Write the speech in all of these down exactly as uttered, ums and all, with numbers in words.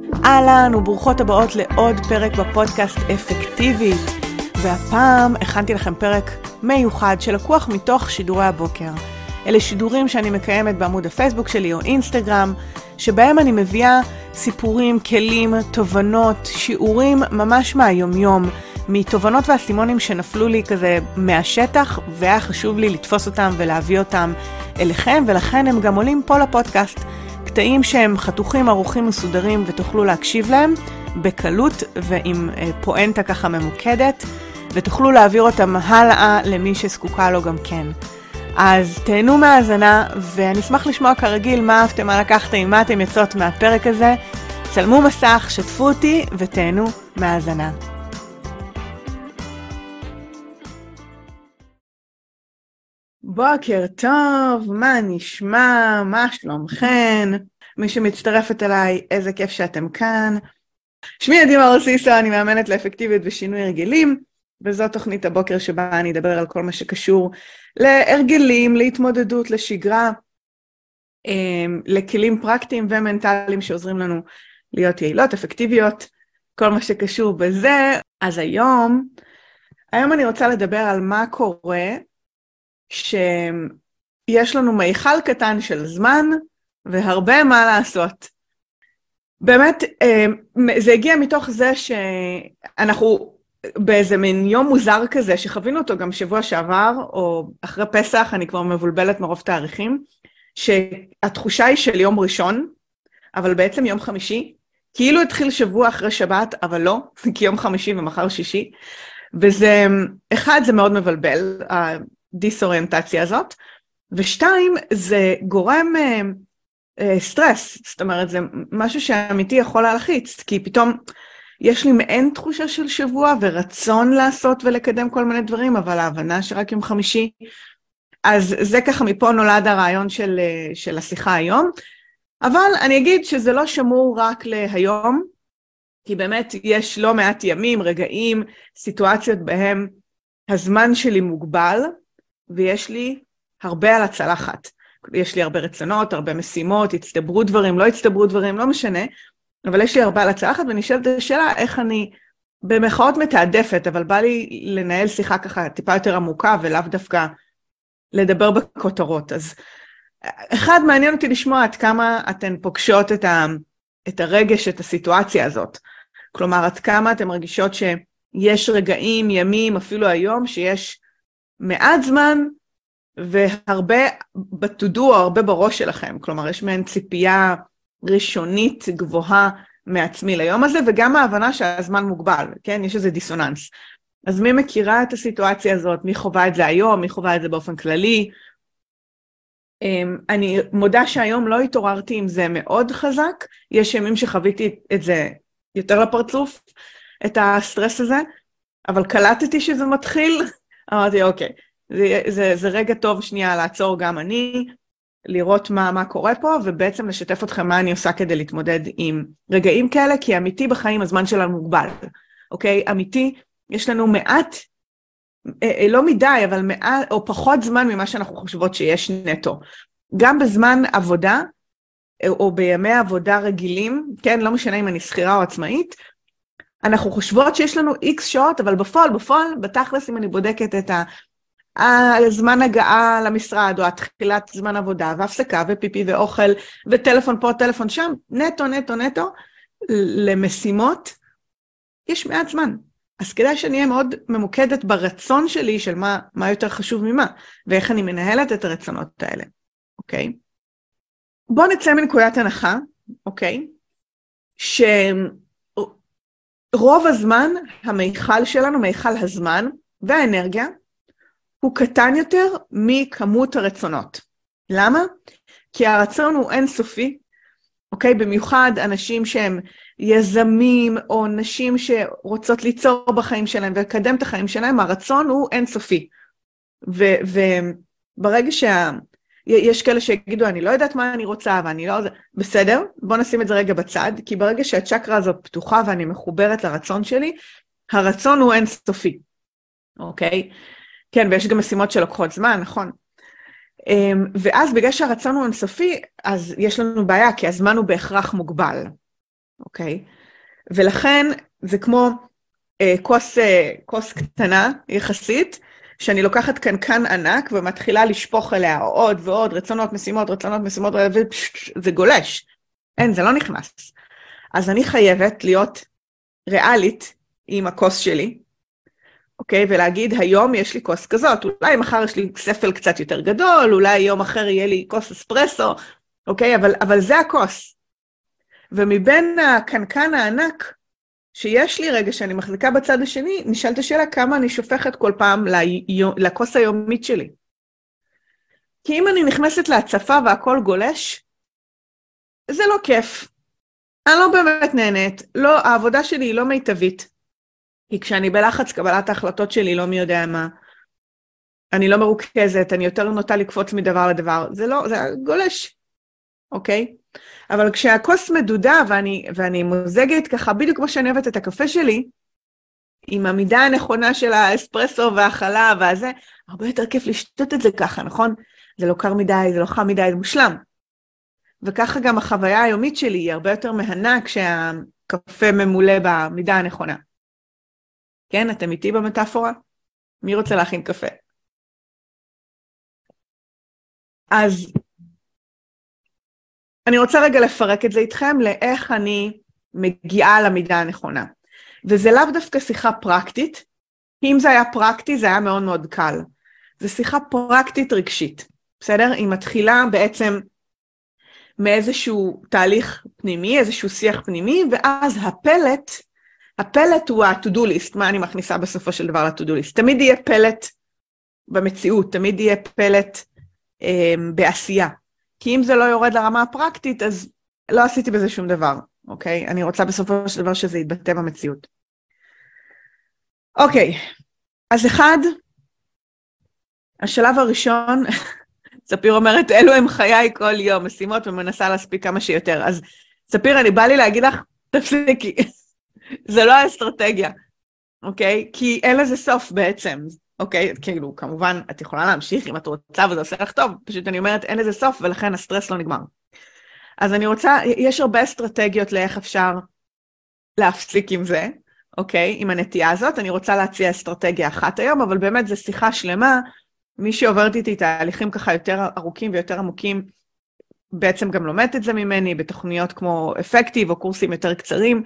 אהלן וברוכות הבאות לעוד פרק בפודקאסט אפקטיבית. והפעם הכנתי לכם פרק מיוחד שלקוח מתוך שידורי הבוקר. אלה שידורים שאני מקיימת בעמוד הפייסבוק שלי או אינסטגרם, שבהם אני מביאה סיפורים, כלים, תובנות, שיעורים ממש מהיומיום, מתובנות והסימונים שנפלו לי כזה מהשטח, והיה חשוב לי לתפוס אותם ולהביא אותם אליכם, ולכן הם גם עולים פה לפודקאסט. קטעים שהם חתוכים, ערוכים, מסודרים, ותוכלו להקשיב להם בקלות ועם פואנטה ככה ממוקדת, ותוכלו להעביר אותם הלאה למי שזקוקה לו גם כן. אז תהנו מהאזנה, ואני אשמח לשמוע כרגיל מה אהבתם, מה לקחתם, מה אתם יוצאות מהפרק הזה. צלמו מסך, שתפו אותי ותהנו מהאזנה. בוקר טוב, מה נשמע, מה שלומכן? מי שמצטרפת אליי, איזה כיף שאתם כאן. שמי עדי מרסיסו, אני מאמנת לאפקטיביות ושינוי הרגלים, וזו תוכנית הבוקר שבה אני אדבר על כל מה שקשור להרגלים, להתמודדות, לשגרה, לכלים פרקטיים ומנטליים שעוזרים לנו להיות יעילות, אפקטיביות, כל מה שקשור בזה. אז היום, היום אני רוצה לדבר על מה קורה שיש לנו מיכל קטן של זמן והרבה מה לעשות. באמת, זה הגיע מתוך זה שאנחנו באיזה מין יום מוזר כזה, שחווינו אותו גם שבוע שעבר, או אחרי פסח, אני כבר מבולבלת מרוב תאריכים, שהתחושה היא של יום ראשון, אבל בעצם יום חמישי, כאילו התחיל שבוע אחרי שבת, אבל לא, כי יום חמישי ומחר שישי, וזה, אחד, זה מאוד מבלבל, הדיסאוריינטציה הזאת, ושתיים, זה גורם אה, אה, סטרס, זאת אומרת, זה משהו שאמיתי יכול להלחיץ, כי פתאום יש לי מעין תחושה של שבוע, ורצון לעשות ולקדם כל מיני דברים, אבל ההבנה שרק יום חמישי, אז זה ככה מפה נולד הרעיון של, של השיחה היום, אבל אני אגיד שזה לא שמור רק להיום, כי באמת יש לא מעט ימים, רגעים, סיטואציות בהם הזמן שלי מוגבל, ויש לי הרבה על הצלחת. יש לי הרבה רצונות, הרבה משימות, הצטברו דברים, לא הצטברו דברים, לא משנה, אבל יש לי הרבה על הצלחת, ואני שואלת את השאלה איך אני במחאות מתעדפת, אבל בא לי לנהל שיחה ככה טיפה יותר עמוקה, ולאו דווקא לדבר בכותרות. אז אחד, מעניין אותי לשמוע עד כמה אתן פוגשות את, ה, את הרגש, את הסיטואציה הזאת. כלומר, עד כמה אתן מרגישות שיש רגעים, ימים, אפילו היום, שיש מעט זמן, והרבה בתודו, הרבה בראש שלכם. כלומר, יש מעין ציפייה ראשונית גבוהה מעצמי ליום הזה, וגם ההבנה שהזמן מוגבל, כן? יש איזה דיסוננס. אז מי מכירה את הסיטואציה הזאת? מי חווה את זה היום? מי חווה את זה באופן כללי? אני מודה שהיום לא התעוררתי עם זה מאוד חזק. יש ימים שחוויתי את זה יותר לפרצוף, את הסטרס הזה, אבל קלטתי שזה מתחיל. אמרתי, אוקיי, זה, זה, זה רגע טוב שנייה לעצור גם אני, לראות מה, מה קורה פה, ובעצם לשתף אתכם מה אני עושה כדי להתמודד עם רגעים כאלה, כי אמיתי בחיים הזמן שלנו מוגבל. אוקיי? אמיתי, יש לנו מעט, לא מדי, אבל מעט, או פחות זמן ממה שאנחנו חושבות שיש נטו. גם בזמן עבודה, או בימי עבודה רגילים, כן, לא משנה אם אני שכירה או עצמאית, אנחנו חושבות שיש לנו איקס שעות, אבל בפועל, בפועל, בתכלס אם אני בודקת את הזמן הגעה למשרד, או התחילת זמן עבודה, והפסקה, ופיפי, ואוכל, וטלפון פה, טלפון שם, נטו, נטו, נטו, למשימות, יש מעט זמן. אז כדאי שאני אהיה מאוד ממוקדת ברצון שלי של מה, מה יותר חשוב ממה, ואיך אני מנהלת את הרצונות האלה, אוקיי? בואו נצא מנקודת הנחה, אוקיי? שרוב הזמן, המיכל שלנו, מיכל הזמן והאנרגיה, הוא קטן יותר מכמות הרצונות. למה? כי הרצון הוא אינסופי, אוקיי? במיוחד אנשים שהם יזמים או נשים שרוצות ליצור בחיים שלהם ולקדם את החיים שלהם, הרצון הוא אינסופי. וברגע שה... יש כאלה שיגידו, אני לא יודעת מה אני רוצה, ואני לא... בסדר, בוא נשים את זה רגע בצד, כי ברגע שהצ'קרה הזאת פתוחה ואני מחוברת לרצון שלי, הרצון הוא אינסופי. אוקיי? כן, ויש גם משימות שלוקחות זמן, נכון? ואז בגלל שהרצון הוא אינסופי, אז יש לנו בעיה, כי הזמן הוא בהכרח מוגבל. אוקיי? ולכן זה כמו אה, כוס, אה, כוס קטנה יחסית, שאני לוקחת קנקן ענק ומתחילה לשפוך אליה עוד ועוד רצונות, משימות, רצונות, משימות, וזה גולש. אין, זה לא נכנס. אז אני חייבת להיות ריאלית עם הכוס שלי, אוקיי? ולהגיד, היום יש לי כוס כזאת, אולי מחר יש לי ספל קצת יותר גדול, אולי יום אחר יהיה לי כוס אספרסו, אוקיי? אבל, אבל זה הכוס. ומבין הקנקן הענק שיש לי רגע שאני מחזיקה בצד השני, נשאלת השאלה כמה אני שופכת כל פעם לכוס היומית שלי. כי אם אני נכנסת להצפה והכל גולש, זה לא כיף. אני לא באמת נהנית. לא, העבודה שלי היא לא מיטבית. כי כשאני בלחץ, קבלת ההחלטות שלי לא מי יודע מה. אני לא מרוכזת, אני יותר נוטה לקפוץ מדבר לדבר. זה לא, זה גולש. אוקיי? אבל כשהכוס מדודה ואני, ואני מוזגת ככה, בדיוק כמו שאני אוהבת את הקפה שלי, עם המידה הנכונה של האספרסו והחלב והזה, הרבה יותר כיף לשתות את זה ככה, נכון? זה לא קר מדי, זה לא חם מדי, זה מושלם. וככה גם החוויה היומית שלי היא הרבה יותר מהנה כשהקפה ממולא במידה הנכונה. כן, אתם איתי במטאפורה? מי רוצה להכין קפה? אז אני רוצה רגע לפרק את זה איתכם לאיך אני מגיעה למידה הנכונה. וזה לאו דווקא שיחה פרקטית, כי אם זה היה פרקטי זה היה מאוד מאוד קל. זה שיחה פרקטית רגשית, בסדר? היא מתחילה בעצם מאיזשהו תהליך פנימי, איזשהו שיח פנימי, ואז הפלט, הפלט הוא ה-to-do list, מה אני מכניסה בסופו של דבר ל-to-do list. תמיד יהיה פלט במציאות, תמיד יהיה פלט אה, בעשייה. כי אם זה לא יורד לרמה הפרקטית, אז לא עשיתי בזה שום דבר, אוקיי? אני רוצה בסופו של דבר שזה יתבטא במציאות. אוקיי, אז אחד, השלב הראשון, ספיר אומרת, אלו הם חיי כל יום, משימות ומנסה להספיק כמה שיותר. אז ספיר, אני בא לי להגיד לך, תפסיקי, זה לא האסטרטגיה, אוקיי? כי אין לזה סוף בעצם. אוקיי, כאילו, כמובן, את יכולה להמשיך אם את רוצה, וזה עושה לך טוב, פשוט אני אומרת, אין לזה סוף, ולכן הסטרס לא נגמר. אז אני רוצה, יש הרבה אסטרטגיות לאיך אפשר להפסיק עם זה, אוקיי, עם הנטייה הזאת, אני רוצה להציע אסטרטגיה אחת היום, אבל באמת זו שיחה שלמה, מי שעוברת איתי תהליכים ככה יותר ארוכים ויותר עמוקים, בעצם גם לומד את זה ממני, בתוכניות כמו אפקטיב, או קורסים יותר קצרים,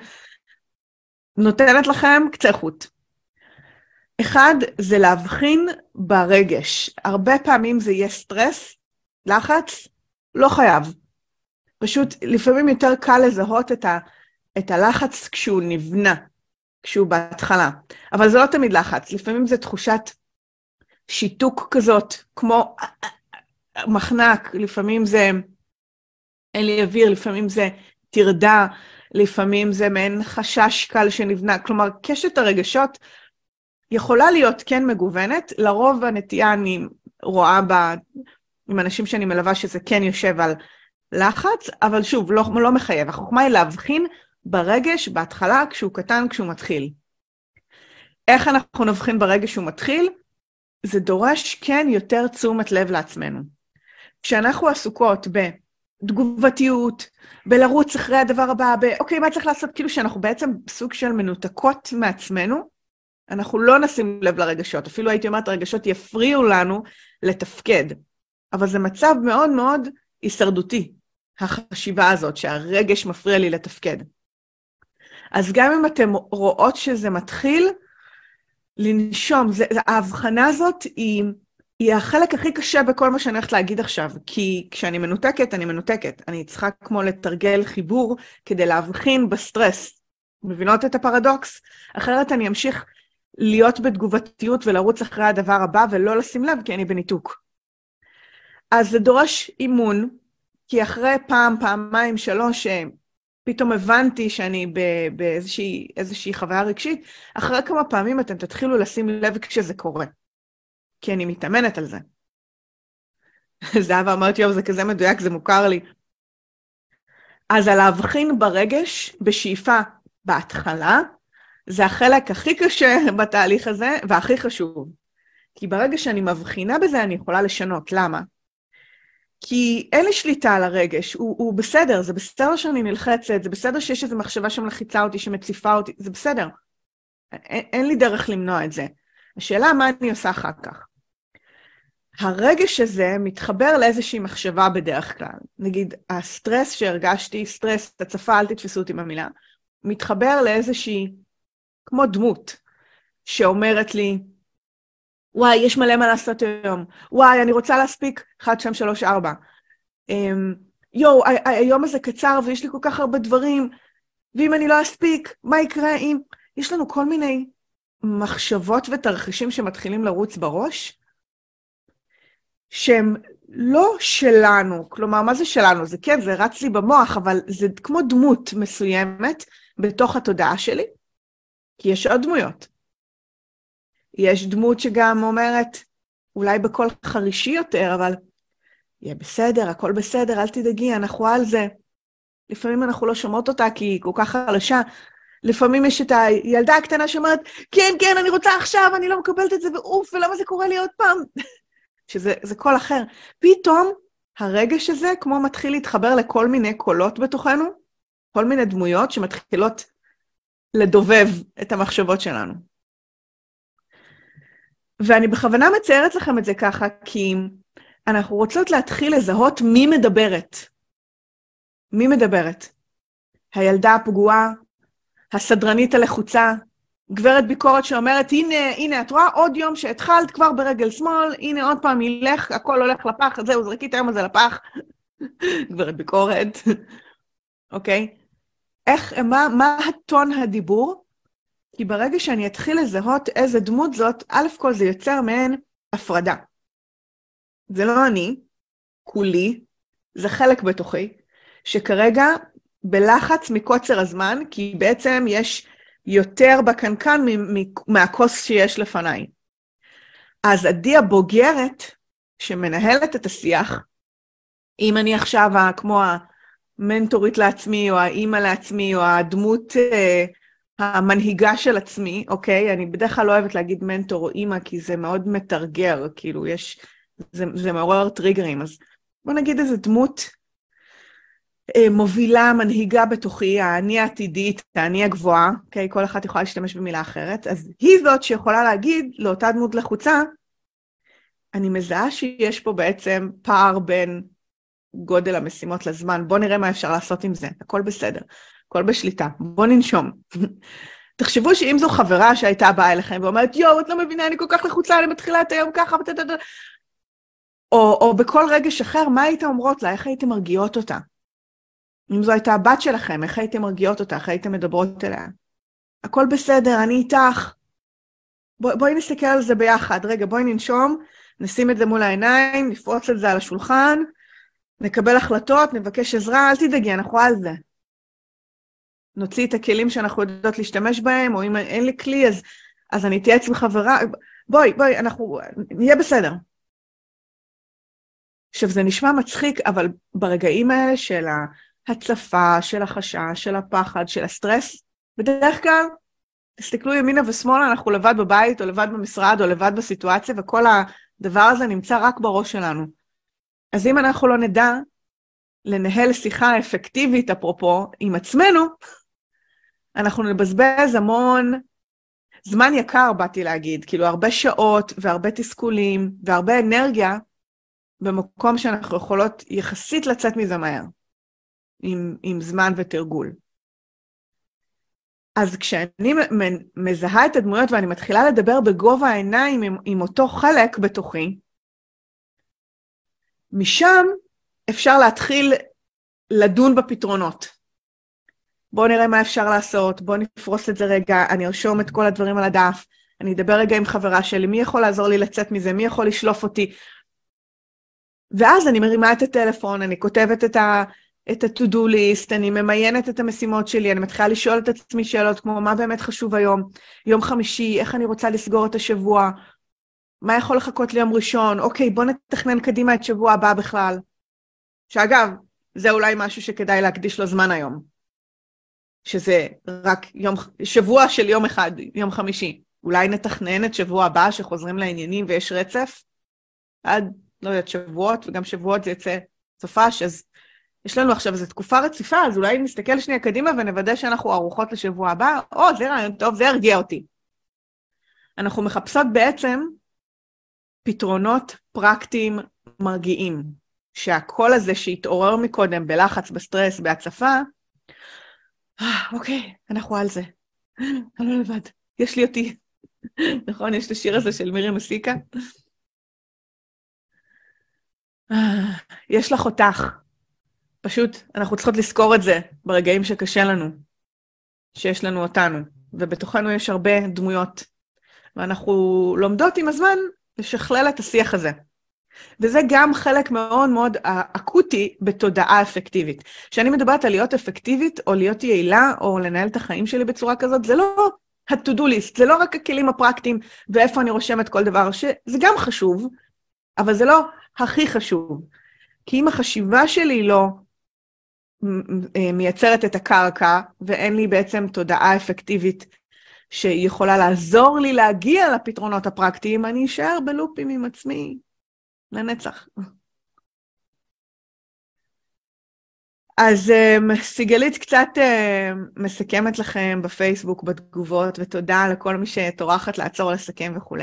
נותנת לכם קצה חוט. אחד, זה להבחין ברגש. הרבה פעמים זה יהיה סטרס, לחץ, לא חייב. פשוט לפעמים יותר קל לזהות את, ה, את הלחץ כשהוא נבנה, כשהוא בהתחלה. אבל זה לא תמיד לחץ, לפעמים זה תחושת שיתוק כזאת, כמו מחנק, לפעמים זה אין לי אוויר, לפעמים זה תרדה, לפעמים זה מעין חשש קל שנבנה. כלומר, קשת הרגשות יכולה להיות כן מגוונת, לרוב הנטייה אני רואה בה, עם אנשים שאני מלווה שזה כן יושב על לחץ, אבל שוב, לא, לא מחייב. החוכמה היא להבחין ברגש, בהתחלה, כשהוא קטן, כשהוא מתחיל. איך אנחנו נבחין ברגש שהוא מתחיל? זה דורש כן יותר תשומת לב לעצמנו. כשאנחנו עסוקות בתגובתיות, בלרוץ אחרי הדבר הבא, באוקיי, מה צריך לעשות? כאילו שאנחנו בעצם סוג של מנותקות מעצמנו, אנחנו לא נשים לב לרגשות, אפילו הייתי אומרת, הרגשות יפריעו לנו לתפקד, אבל זה מצב מאוד מאוד הישרדותי, החשיבה הזאת, שהרגש מפריע לי לתפקד. אז גם אם אתם רואות שזה מתחיל, לנשום, זה, ההבחנה הזאת היא, היא החלק הכי קשה בכל מה שאני הולכת להגיד עכשיו, כי כשאני מנותקת, אני מנותקת, אני צריכה כמו לתרגל חיבור, כדי להבחין בסטרס, מבינות את הפרדוקס? אחרת אני אמשיך להיות בתגובתיות ולרוץ אחרי הדבר הבא, ולא לשים לב, כי אני בניתוק. אז זה דורש אימון, כי אחרי פעם, פעמיים, שלוש, פתאום הבנתי שאני באיזושהי איזושהי חוויה רגשית, אחרי כמה פעמים אתם תתחילו לשים לב כשזה קורה. כי אני מתאמנת על זה. זהבה אמרת, יוב, זה כזה מדויק, זה מוכר לי. אז על להבחין ברגש, בשאיפה בהתחלה, זה החלק הכי קשה בתהליך הזה, והכי חשוב. כי ברגע שאני מבחינה בזה, אני יכולה לשנות. למה? כי אין לי שליטה על הרגש, הוא, הוא בסדר, זה בסדר שאני נלחצת, זה בסדר שיש איזו מחשבה שמלחיצה אותי, שמציפה אותי, זה בסדר. אין, אין לי דרך למנוע את זה. השאלה מה אני עושה אחר כך. הרגש הזה מתחבר לאיזושהי מחשבה בדרך כלל. נגיד, הסטרס שהרגשתי, סטרס, הצפה, אל תתפסו אותי במילה, מתחבר לאיזושהי, כמו דמות, שאומרת לי, וואי, יש מלא מה לעשות היום. וואי, אני רוצה להספיק אחת, שתיים, שלוש, ארבע. יואו, היום הזה קצר ויש לי כל כך הרבה דברים, ואם אני לא אספיק, מה יקרה אם... יש לנו כל מיני מחשבות ותרחישים שמתחילים לרוץ בראש, שהם לא שלנו. כלומר, מה זה שלנו? זה כן, זה רץ לי במוח, אבל זה כמו דמות מסוימת בתוך התודעה שלי, כי יש עוד דמויות. יש דמות שגם אומרת, אולי בקול חרישי יותר, אבל יהיה בסדר, הכל בסדר, אל תדאגי, אנחנו על זה. לפעמים אנחנו לא שומעות אותה כי היא כל כך חלשה. לפעמים יש את הילדה הקטנה שאומרת, כן, כן, אני רוצה עכשיו, אני לא מקבלת את זה, ואוף, ולמה זה קורה לי עוד פעם? שזה זה קול אחר. פתאום הרגש הזה כמו מתחיל להתחבר לכל מיני קולות בתוכנו, כל מיני דמויות שמתחילות לדובב את המחשבות שלנו. ואני בכוונה מציירת לכם את זה ככה, כי אנחנו רוצות להתחיל לזהות מי מדברת. מי מדברת? הילדה הפגועה, הסדרנית הלחוצה, גברת ביקורת שאומרת, הנה, הנה, את רואה עוד יום שהתחלת כבר ברגל שמאל, הנה עוד פעם ילך, הכל הולך לפח, זהו, זרקי את היום הזה לפח. גברת ביקורת. אוקיי? איך, מה, מה הטון הדיבור? כי ברגע שאני אתחיל לזהות איזה דמות זאת, א' כל זה יוצר מהן הפרדה. זה לא אני, כולי, זה חלק בתוכי, שכרגע בלחץ מקוצר הזמן, כי בעצם יש יותר בקנקן מהכוס שיש לפניי. אז עדי הבוגרת שמנהלת את השיח, אם אני עכשיו כמו המנטורית לעצמי, או האימא לעצמי, או הדמות המנהיגה של עצמי, אוקיי? אני בדרך כלל לא אוהבת להגיד מנטור או אימא, כי זה מאוד מתרגר, כאילו יש, זה, זה מעורר טריגרים, אז בוא נגיד איזה דמות מובילה, מנהיגה בתוכי, האני העתידית, האני הגבוהה, אוקיי? כל אחת יכולה להשתמש במילה אחרת, אז היא זאת שיכולה להגיד לאותה דמות לחוצה, אני מזהה שיש פה בעצם פער בין גודל המשימות לזמן, בוא נראה מה אפשר לעשות עם זה, הכל בסדר, הכל בשליטה, בוא ננשום. תחשבו שאם זו חברה שהייתה באה אליכם ואומרת, יואו, את לא מבינה, אני כל כך לחוצה, אני מתחילה את היום ככה, או, או בכל רגש אחר, מה היית אומרות לה? איך הייתם מרגיעות אותה? אם זו הייתה הבת שלכם, איך הייתם מרגיעות אותה? איך הייתם מדברות אליה? הכל בסדר, אני איתך. בוא, בואי נסתכל על זה ביחד. רגע, בואי ננשום, נשים את זה מול העיניים, נפרוץ את זה על השולחן, נקבל החלטות, נבקש עזרה, אל תדאגי, אנחנו על זה. נוציא את הכלים שאנחנו יודעות להשתמש בהם, או אם אין לי כלי, אז, אז אני אתייעץ עם חברה. בואי, בואי, אנחנו נהיה בסדר. עכשיו, זה נשמע מצחיק, אבל ברגעים האלה של ההצפה, של החשש, של הפחד, של הסטרס, בדרך כלל, תסתכלו ימינה ושמאלה, אנחנו לבד בבית, או לבד במשרד, או לבד בסיטואציה, וכל הדבר הזה נמצא רק בראש שלנו. אז אם אנחנו לא נדע לנהל שיחה אפקטיבית, אפרופו, עם עצמנו, אנחנו נבזבז המון זמן יקר, באתי להגיד, כאילו הרבה שעות, והרבה תסכולים, והרבה אנרגיה, במקום שאנחנו יכולות יחסית לצאת מזה מהר, עם, עם זמן ותרגול. אז כשאני מזהה את הדמויות ואני מתחילה לדבר בגובה העיניים עם, עם אותו חלק בתוכי, משם אפשר להתחיל לדון בפתרונות. בואו נראה מה אפשר לעשות, בואו נפרוס את זה רגע, אני ארשום את כל הדברים על הדף, אני אדבר רגע עם חברה שלי, מי יכול לעזור לי לצאת מזה, מי יכול לשלוף אותי, ואז אני מרימה את הטלפון, אני כותבת את ה... את ה-to-do list, אני ממיינת את המשימות שלי, אני מתחילה לשאול את עצמי שאלות כמו מה באמת חשוב היום, יום חמישי, איך אני רוצה לסגור את השבוע, מה יכול לחכות ליום ראשון, אוקיי, בוא נתכנן קדימה את שבוע הבא בכלל. שאגב, זה אולי משהו שכדאי להקדיש לו זמן היום, שזה רק יום, שבוע של יום אחד, יום חמישי. אולי נתכנן את שבוע הבא שחוזרים לעניינים ויש רצף, עד, לא יודעת, שבועות, וגם שבועות זה יצא סופש, אז יש לנו עכשיו איזו תקופה רציפה, אז אולי נסתכל שנייה קדימה ונוודא שאנחנו ערוכות לשבוע הבא, או, זה רעיון טוב, זה הרגיע אותי. אנחנו מחפשות בעצם פתרונות פרקטיים מרגיעים, שהקול הזה שהתעורר מקודם בלחץ, בסטרס, בהצפה, אוקיי, אנחנו על זה. אני לא לבד, יש לי אותי. נכון, יש את השיר הזה של מירי מסיקה. יש לך אותך. פשוט, אנחנו צריכות לזכור את זה ברגעים שקשה לנו, שיש לנו אותנו, ובתוכנו יש הרבה דמויות, ואנחנו לומדות עם הזמן לשכלל את השיח הזה. וזה גם חלק מאוד מאוד אקוטי בתודעה אפקטיבית. כשאני מדברת על להיות אפקטיבית, או להיות יעילה, או לנהל את החיים שלי בצורה כזאת, זה לא ה-to-do list, זה לא רק הכלים הפרקטיים, ואיפה אני רושמת כל דבר, שזה גם חשוב, אבל זה לא הכי חשוב. כי אם החשיבה שלי לא מייצרת את הקרקע, ואין לי בעצם תודעה אפקטיבית שהיא יכולה לעזור לי להגיע לפתרונות הפרקטיים, אני אשאר בלופים עם עצמי לנצח. אז סיגלית קצת מסכמת לכם בפייסבוק, בתגובות, ותודה לכל מי שטורחת לעצור, לסכם וכו'.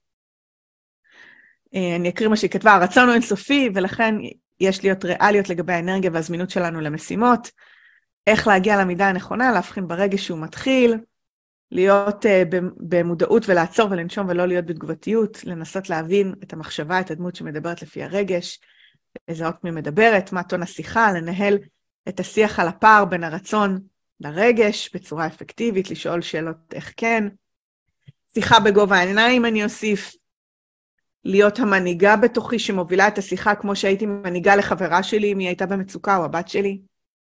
אני אקריא מה שהיא כתבה, הרצון הוא אינסופי, ולכן יש להיות ריאליות לגבי האנרגיה והזמינות שלנו למשימות, איך להגיע למידה הנכונה, להבחין ברגע שהוא מתחיל, להיות uh, במודעות ולעצור ולנשום ולא להיות בתגובתיות, לנסות להבין את המחשבה, את הדמות שמדברת לפי הרגש, לזהות מי מדברת, מה טון השיחה, לנהל את השיח על הפער בין הרצון לרגש בצורה אפקטיבית, לשאול שאלות איך כן, שיחה בגובה העיניים אני אוסיף, להיות המנהיגה בתוכי שמובילה את השיחה כמו שהייתי מנהיגה לחברה שלי, אם היא הייתה במצוקה או הבת שלי.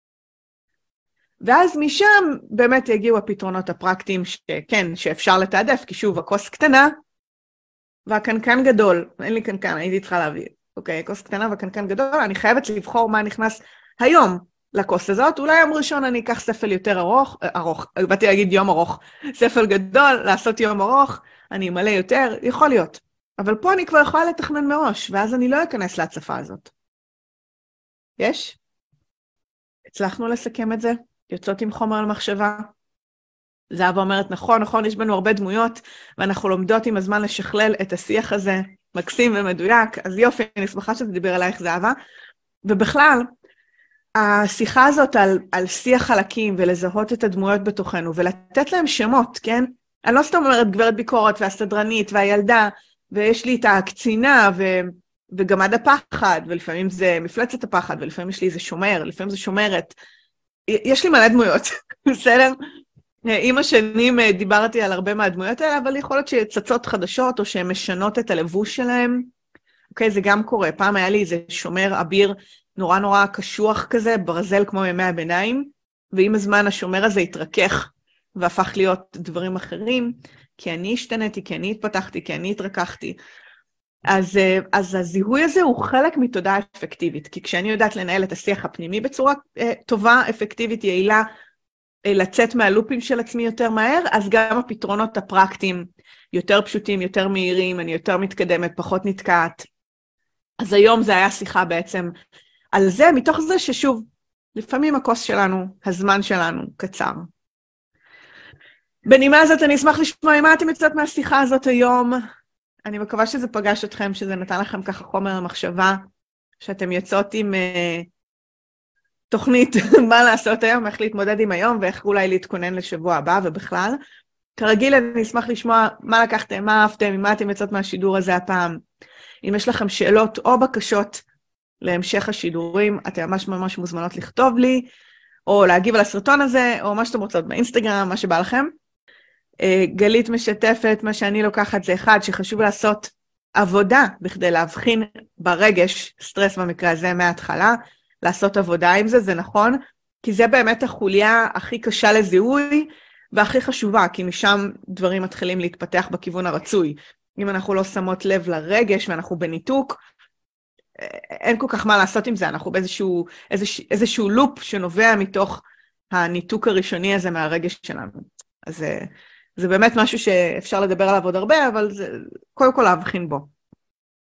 ואז משם באמת יגיעו הפתרונות הפרקטיים שכן, שאפשר לתעדף, כי שוב, הכוס קטנה והקנקן גדול. אין לי קנקן, הייתי צריכה להביא. אוקיי, כוס קטנה והקנקן גדול, אני חייבת לבחור מה נכנס היום לכוס הזאת. אולי יום ראשון אני אקח ספל יותר ארוך, ארוך, באתי להגיד יום ארוך, ספל גדול, לעשות יום ארוך, אני אמלא יותר, יכול להיות. אבל פה אני כבר יכולה לתכנן מראש, ואז אני לא אכנס להצפה הזאת. יש? הצלחנו לסכם את זה? יוצאות עם חומר על מחשבה? זהבה אומרת, נכון, נכון, יש בנו הרבה דמויות, ואנחנו לומדות עם הזמן לשכלל את השיח הזה, מקסים ומדויק, אז יופי, אני שמחה שזה דיבר עלייך זהבה. ובכלל, השיחה הזאת על, על שיח חלקים, ולזהות את הדמויות בתוכנו, ולתת להם שמות, כן? אני לא סתם אומרת גברת ביקורת, והסדרנית, והילדה, ויש לי את הקצינה, ו... וגם עד הפחד, ולפעמים זה מפלצת הפחד, ולפעמים יש לי איזה שומר, לפעמים זה שומרת. יש לי מלא דמויות, בסדר? עם השנים דיברתי על הרבה מהדמויות האלה, אבל יכול להיות שצצות חדשות, או שהן משנות את הלבוש שלהם. אוקיי, זה גם קורה. פעם היה לי איזה שומר אביר נורא נורא קשוח כזה, ברזל כמו ימי הביניים, ועם הזמן השומר הזה התרכך, והפך להיות דברים אחרים, כי אני השתנתי, כי אני התפתחתי, כי אני התרככתי. אז, אז הזיהוי הזה הוא חלק מתודעה אפקטיבית, כי כשאני יודעת לנהל את השיח הפנימי בצורה אה, טובה, אפקטיבית, יעילה, אה, לצאת מהלופים של עצמי יותר מהר, אז גם הפתרונות הפרקטיים יותר פשוטים, יותר מהירים, אני יותר מתקדמת, פחות נתקעת. אז היום זה היה שיחה בעצם על זה, מתוך זה ששוב, לפעמים הכוס שלנו, הזמן שלנו קצר. בנימה הזאת אני אשמח לשמוע מה אתם יוצאות מהשיחה הזאת היום. אני מקווה שזה פגש אתכם, שזה נתן לכם ככה חומר למחשבה, שאתם יוצאות עם uh, תוכנית מה לעשות היום, איך להתמודד עם היום, ואיך אולי להתכונן לשבוע הבא ובכלל. כרגיל אני אשמח לשמוע מה לקחתם, מה אהבתם, מה אתם יוצאות מהשידור הזה הפעם. אם יש לכם שאלות או בקשות להמשך השידורים, אתם ממש ממש מוזמנות לכתוב לי, או להגיב על הסרטון הזה, או מה שאתם רוצות באינסטגרם, מה שבא לכם. גלית משתפת, מה שאני לוקחת זה אחד, שחשוב לעשות עבודה בכדי להבחין ברגש, סטרס במקרה הזה מההתחלה, לעשות עבודה עם זה, זה נכון, כי זה באמת החוליה הכי קשה לזיהוי, והכי חשובה, כי משם דברים מתחילים להתפתח בכיוון הרצוי. אם אנחנו לא שמות לב לרגש ואנחנו בניתוק, אין כל כך מה לעשות עם זה, אנחנו באיזשהו איזשהו, איזשהו לופ שנובע מתוך הניתוק הראשוני הזה מהרגש שלנו. אז זה באמת משהו שאפשר לדבר עליו עוד הרבה, אבל זה קודם כל להבחין בו.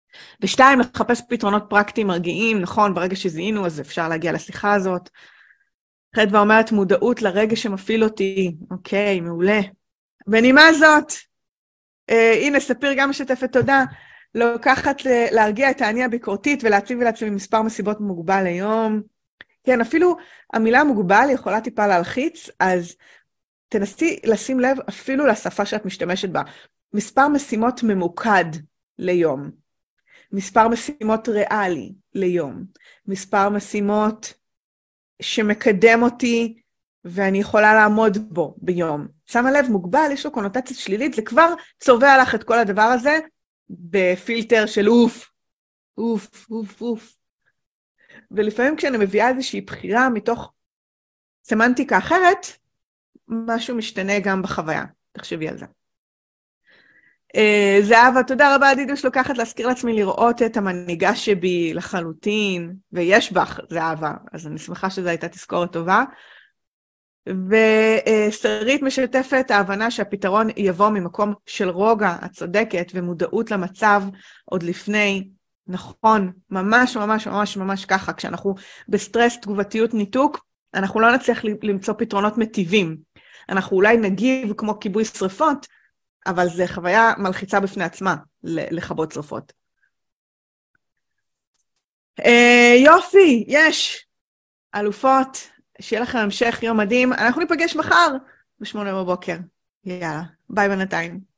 ושתיים, לחפש פתרונות פרקטיים מרגיעים, נכון, ברגע שזיהינו, אז אפשר להגיע לשיחה הזאת. חדווה אומרת, מודעות לרגע שמפעיל אותי, אוקיי, מעולה. בנימה זאת, אה, הנה, ספיר גם משתפת תודה, לוקחת להרגיע את העני הביקורתית ולהציב לעצמי מספר מסיבות מוגבל ליום. כן, אפילו המילה מוגבל יכולה טיפה להלחיץ, אז תנסי לשים לב אפילו לשפה שאת משתמשת בה. מספר משימות ממוקד ליום. מספר משימות ריאלי ליום. מספר משימות שמקדם אותי ואני יכולה לעמוד בו ביום. שמה לב, מוגבל, יש לו קונוטציה שלילית, זה כבר צובע לך את כל הדבר הזה בפילטר של אוף, אוף, אוף, אוף. ולפעמים כשאני מביאה איזושהי בחירה מתוך סמנטיקה אחרת, משהו משתנה גם בחוויה. תחשבי על זה. Uh, זהבה, תודה רבה, דידוש, לוקחת להזכיר לעצמי לראות את המנהיגה שבי לחלוטין, ויש בך, זהבה, אז אני שמחה שזו הייתה תזכורת טובה. ושרית משתפת ההבנה שהפתרון יבוא ממקום של רוגע, הצודקת, ומודעות למצב עוד לפני, נכון, ממש ממש ממש ממש ככה, כשאנחנו בסטרס, תגובתיות, ניתוק, אנחנו לא נצליח למצוא פתרונות מטיבים. אנחנו אולי נגיב כמו כיבוי שריפות, אבל זה חוויה מלחיצה בפני עצמה לכבות שריפות. אה, יופי, יש, אלופות, שיהיה לכם המשך יום מדהים, אנחנו ניפגש מחר בשמונה בבוקר. יאללה, ביי בינתיים.